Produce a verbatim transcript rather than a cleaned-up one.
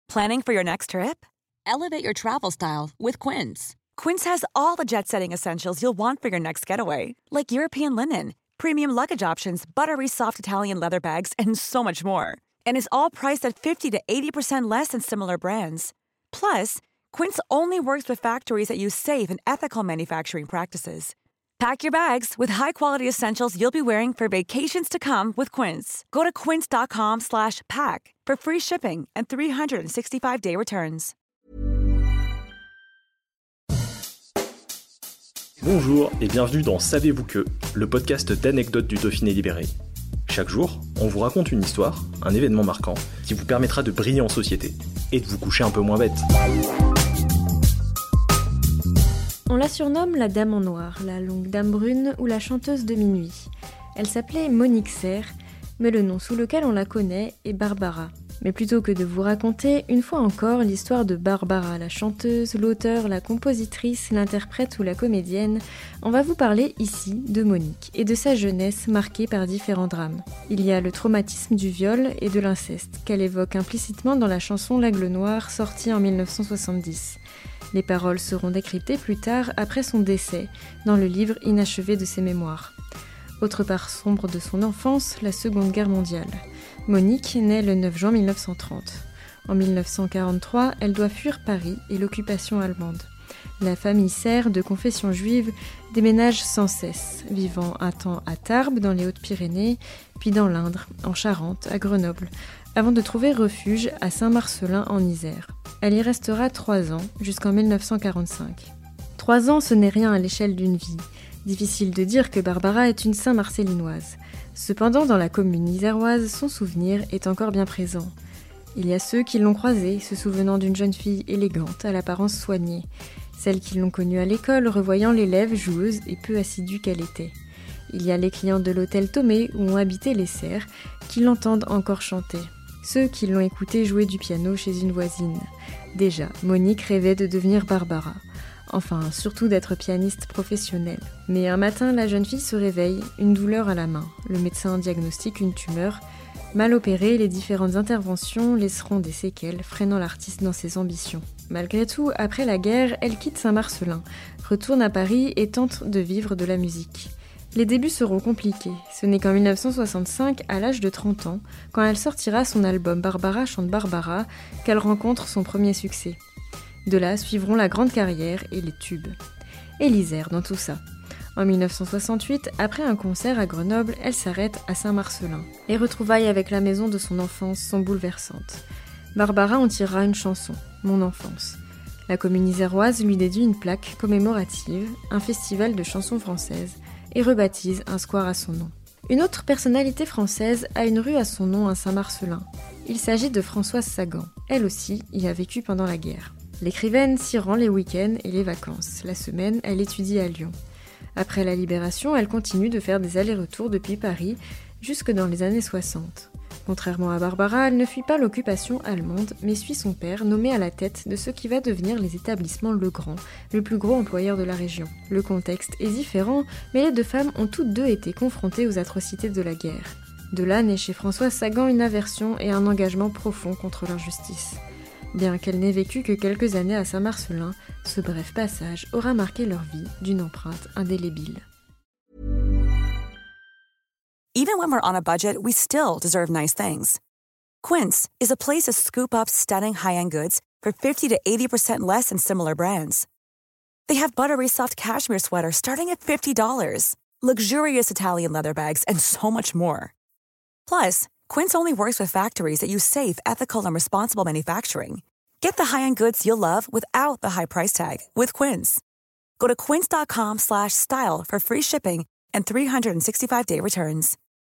Planning for your next trip? Elevate your travel style with Quince. Quince has all the jet-setting essentials you'll want for your next getaway, like European linen, premium luggage options, buttery soft Italian leather bags, and so much more. And is all priced at fifty to eighty percent less than similar brands. Plus, Quince only works with factories that use safe and ethical manufacturing practices. Pack your bags with high-quality essentials you'll be wearing for vacations to come with Quince. Go to quince.com slash pack for free shipping and three sixty-five day returns. Bonjour et bienvenue dans Savez-vous que, le podcast d'anecdotes du Dauphiné libéré. Chaque jour, on vous raconte une histoire, un événement marquant, qui vous permettra de briller en société et de vous coucher un peu moins bête. On la surnomme la Dame en Noir, la longue Dame brune ou la chanteuse de minuit. Elle s'appelait Monique Serres, mais le nom sous lequel on la connaît est Barbara. Mais plutôt que de vous raconter, une fois encore, l'histoire de Barbara, la chanteuse, l'auteure, la compositrice, l'interprète ou la comédienne, on va vous parler ici de Monique et de sa jeunesse marquée par différents drames. Il y a le traumatisme du viol et de l'inceste, qu'elle évoque implicitement dans la chanson L'Aigle Noir, sortie en dix-neuf cent soixante-dix. Les paroles seront décryptées plus tard, après son décès, dans le livre inachevé de ses mémoires. Autre part sombre de son enfance, la Seconde Guerre mondiale. Monique naît le neuf juin mille neuf cent trente. En mille neuf cent quarante-trois, elle doit fuir Paris et l'occupation allemande. La famille Serres, de confession juive, déménage sans cesse, vivant un temps à Tarbes, dans les Hautes-Pyrénées, puis dans l'Indre, en Charente, à Grenoble, avant de trouver refuge à Saint-Marcellin en Isère. Elle y restera trois ans, jusqu'en mille neuf cent quarante-cinq. Trois ans, ce n'est rien à l'échelle d'une vie. Difficile de dire que Barbara est une Saint-Marcellinoise. Cependant, dans la commune iséroise, son souvenir est encore bien présent. Il y a ceux qui l'ont croisée, se souvenant d'une jeune fille élégante, à l'apparence soignée. Celles qui l'ont connue à l'école, revoyant l'élève joueuse et peu assidue qu'elle était. Il y a les clients de l'hôtel Thomé, où ont habité les Serres, qui l'entendent encore chanter. Ceux qui l'ont écoutée jouer du piano chez une voisine. Déjà, Monique rêvait de devenir Barbara. Enfin, surtout d'être pianiste professionnelle. Mais un matin, la jeune fille se réveille, une douleur à la main. Le médecin diagnostique une tumeur. Mal opérée, les différentes interventions laisseront des séquelles, freinant l'artiste dans ses ambitions. Malgré tout, après la guerre, elle quitte Saint-Marcellin, retourne à Paris et tente de vivre de la musique. Les débuts seront compliqués. Ce n'est qu'en mille neuf cent soixante-cinq, à l'âge de trente ans, quand elle sortira son album Barbara chante Barbara, qu'elle rencontre son premier succès. De là suivront la grande carrière et les tubes. Et l'Isère dans tout ça. En mille neuf cent soixante-huit, après un concert à Grenoble, elle s'arrête à Saint-Marcellin. Les retrouvailles avec la maison de son enfance sont bouleversantes. Barbara en tirera une chanson, Mon enfance. La commune iséroise lui dédie une plaque commémorative, un festival de chansons françaises, et rebaptise un square à son nom. Une autre personnalité française a une rue à son nom à Saint-Marcellin. Il s'agit de Françoise Sagan. Elle aussi y a vécu pendant la guerre. L'écrivaine s'y rend les week-ends et les vacances. La semaine, elle étudie à Lyon. Après la Libération, elle continue de faire des allers-retours depuis Paris jusque dans les années soixante. Contrairement à Barbara, elle ne fuit pas l'occupation allemande, mais suit son père, nommé à la tête de ce qui va devenir les établissements Legrand, le plus gros employeur de la région. Le contexte est différent, mais les deux femmes ont toutes deux été confrontées aux atrocités de la guerre. De là naît chez Françoise Sagan une aversion et un engagement profond contre l'injustice. Bien qu'elle n'ait vécu que quelques années à Saint-Marcellin, ce bref passage aura marqué leur vie d'une empreinte indélébile. Even when we're on a budget, we still deserve nice things. Quince is a place to scoop up stunning high-end goods for fifty to eighty percent less than similar brands. They have buttery soft cashmere sweaters starting at fifty dollars, luxurious Italian leather bags, and so much more. Plus, Quince only works with factories that use safe, ethical, and responsible manufacturing. Get the high-end goods you'll love without the high price tag with Quince. Go to quince.com slash style for free shipping and three sixty-five day returns.